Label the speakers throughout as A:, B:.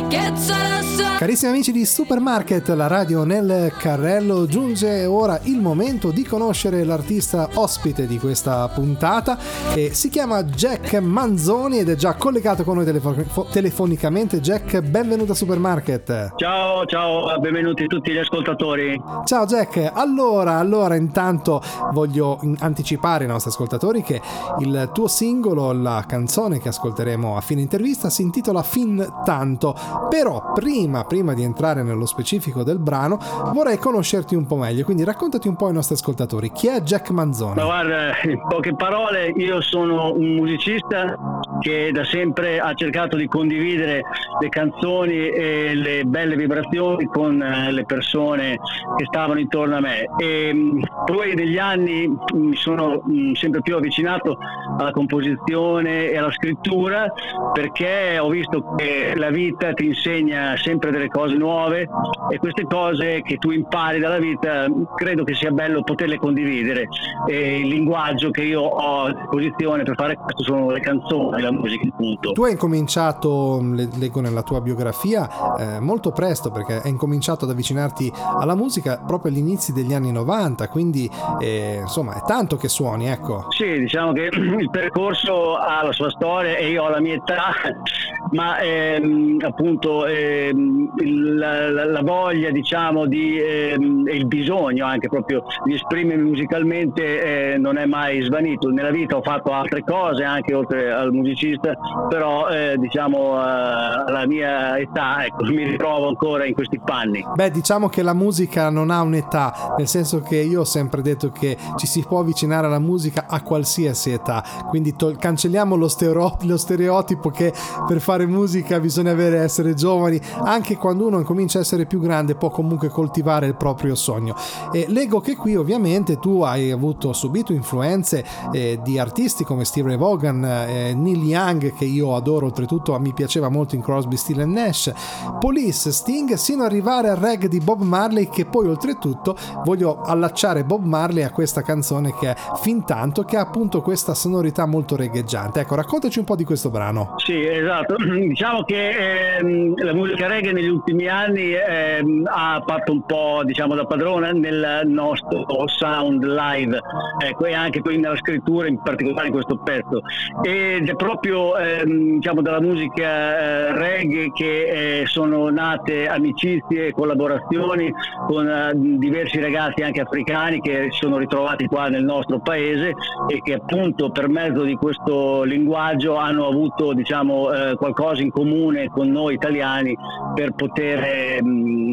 A: Carissimi amici di Supermarket, la radio nel carrello, giunge ora il momento di conoscere l'artista ospite di questa puntata e si chiama Jack Manzoni ed è già collegato con noi telefonicamente. Jack, benvenuto a Supermarket.
B: Ciao, benvenuti tutti gli ascoltatori.
A: Ciao Jack, allora intanto voglio anticipare ai nostri ascoltatori che il tuo singolo, la canzone che ascolteremo a fine intervista, si intitola Fin tanto, però prima di entrare nello specifico del brano vorrei conoscerti un po' meglio, quindi raccontati un po' ai nostri ascoltatori chi è Jack Manzoni.
B: Ma guarda, in poche parole, io sono un musicista che da sempre ha cercato di condividere le canzoni e le belle vibrazioni con le persone che stavano intorno a me, e poi negli anni mi sono sempre più avvicinato alla composizione e alla scrittura, perché ho visto che la vita ti insegna sempre delle cose nuove e queste cose che tu impari dalla vita credo che sia bello poterle condividere, e il linguaggio che io ho a disposizione per fare questo sono le canzoni, la musica, appunto.
A: Tu hai incominciato, leggo nella tua biografia, molto presto, perché hai incominciato ad avvicinarti alla musica proprio agli inizi degli anni 90, quindi insomma è tanto che suoni, ecco.
B: Sì, diciamo che il percorso ha la sua storia e io ho la mia età, ma appunto la voglia, diciamo, e il bisogno anche proprio di esprimermi musicalmente non è mai svanito. Nella vita ho fatto altre cose anche oltre al musicista, però diciamo alla mia età, ecco, mi ritrovo ancora in questi panni.
A: Beh, diciamo che la musica non ha un'età, nel senso che io ho sempre detto che ci si può avvicinare alla musica a qualsiasi età, quindi cancelliamo lo stereotipo che per fare musica bisogna essere giovani. Anche quando uno comincia a essere più grande può comunque coltivare il proprio sogno. E leggo che qui ovviamente tu hai subito influenze di artisti come Steve Ray Vaughan, Neil Young, che io adoro, oltretutto mi piaceva molto in Crosby, Stills & Nash, Police, Sting, sino ad arrivare al reggae di Bob Marley, che poi oltretutto voglio allacciare Bob Marley a questa canzone che è Fin tanto, che ha appunto questa sonorità molto reggaeggiante. Ecco, raccontaci un po' di questo brano.
B: Sì, esatto, diciamo che la musica reggae negli ultimi anni ha fatto un po', diciamo, da padrona nel nostro sound live, ecco, e anche poi nella scrittura, in particolare in questo pezzo, ed è proprio diciamo dalla musica reggae che sono nate amicizie e collaborazioni con diversi ragazzi anche africani che si sono ritrovati qua nel nostro paese e che appunto per mezzo di questo linguaggio hanno avuto, diciamo, qualcosa in comune con noi italiani per poter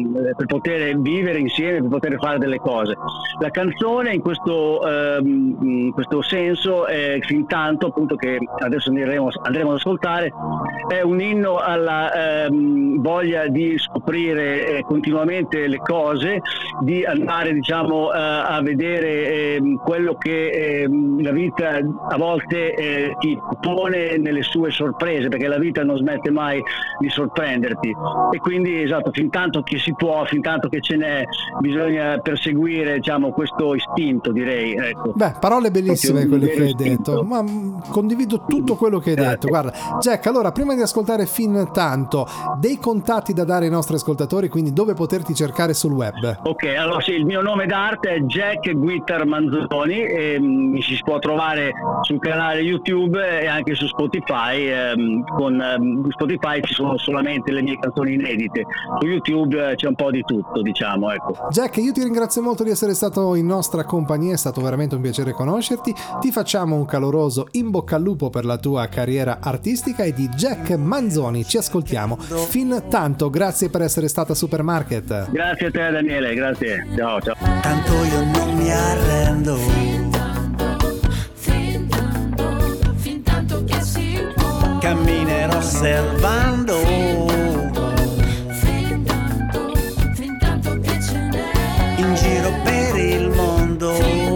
B: vivere insieme, per poter fare delle cose. La canzone in questo senso, Fin tanto, appunto, che adesso andremo ad ascoltare, è un inno alla voglia di scoprire continuamente le cose, di andare, diciamo, a vedere quello che la vita a volte ti pone nelle sue sorprese, perché la vita non smette mai di sorprenderti, e quindi esatto, fin tanto che si può, fin tanto che ce n'è, bisogna perseguire, diciamo, questo istinto, direi, ecco.
A: Beh, parole bellissime quelle che hai detto, ma condivido tutto quello che hai detto. Guarda Jack, allora prima di ascoltare Fin tanto, dei contatti da dare ai nostri ascoltatori, quindi dove poterti cercare sul web?
B: Ok, allora sì, il mio nome d'arte è Jack Guitar Manzoni e mi si può trovare sul canale YouTube e anche su Spotify. Con Spotify ci sono solamente le mie canzoni inedite, su YouTube c'è un po' di tutto, diciamo, ecco.
A: Jack, io ti ringrazio molto di essere stato in nostra compagnia, è stato veramente un piacere conoscerti, ti facciamo un caloroso in bocca al lupo per la tua carriera artistica, e di Jack Manzoni ci ascoltiamo Fin tanto. Grazie per essere stata a Supermarket.
B: Grazie a te Daniele, grazie, ciao.
C: Tanto io non mi arrendo, fin tanto che si può, camminerò osservando, fin tanto che ce n'è in giro per il mondo,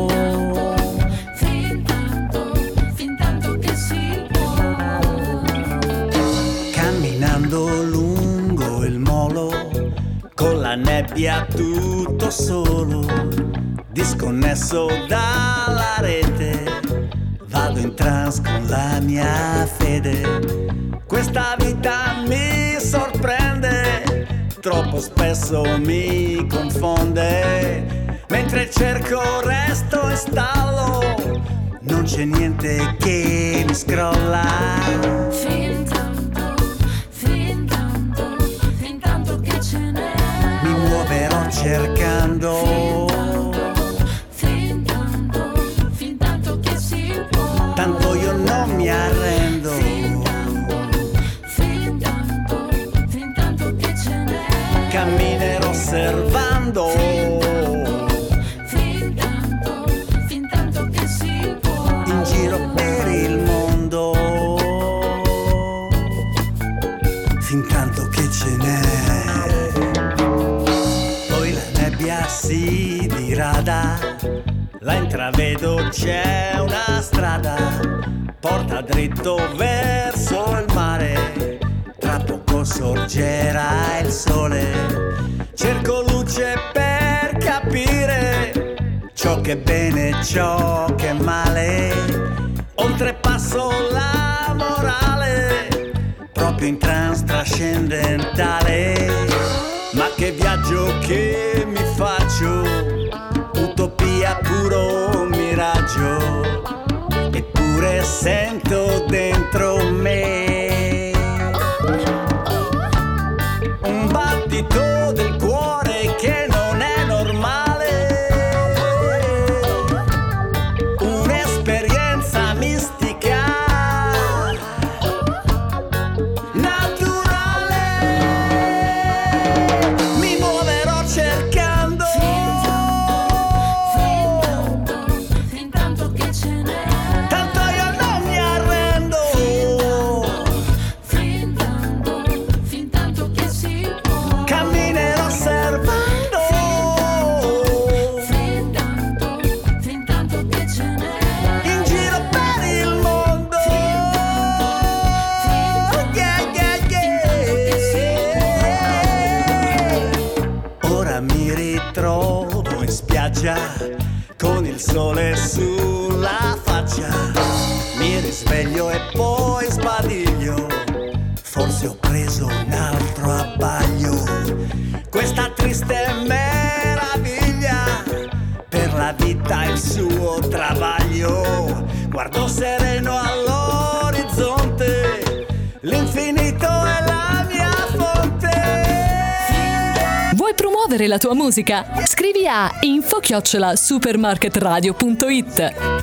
C: fin tanto che si può, camminando lungo il molo, con la nebbia tutto solo, disconnesso dalla rete, vado in trance con la mia fede. Questa vita mi sorprende, troppo spesso mi confonde. Mentre cerco resto e stallo, non c'è niente che mi scrolla.
D: Fin tanto che ce n'è.
C: Mi muoverò cercando.
D: Fin tanto che si può.
C: Tanto io non mi arrendo.
D: Fin tanto che ce n'è.
C: Camminerò osservando.
D: Fin tanto che si può.
C: In giro per il mondo. Fin tanto che ce n'è. Poi la nebbia si dirada. La intravedo, c'è una strada. Porta dritto verso il mare. Tra poco sorgerà il sole. Cerco luce per capire ciò che è bene e ciò che è male. Oltrepasso la morale, proprio in trance trascendentale. Ma che viaggio che mi faccio, utopia puro miraggio. Eppure sento dentro me un battito del cuore che non è normale. Un'esperienza mistica, naturale. Mi muoverò cercando.
D: Fin tanto che ce n'è.
C: Tanto io non mi arrendo.
D: Fin tanto che si può.
C: Camminerò osservando.
D: Fin tanto che ce n'è.
C: In giro per il mondo. Yeah, yeah, yeah. Ora mi ritrovo in spiaggia con il sole sulla faccia. Mi risveglio e poi sbadiglio. Forse ho preso un altro abbaglio. Questa triste meraviglia, per la vita il suo travaglio. Guardo sereno all'orizzonte, l'infinito è la mia fonte.
E: Vuoi promuovere la tua musica? Scrivi a info@supermarketradio.it.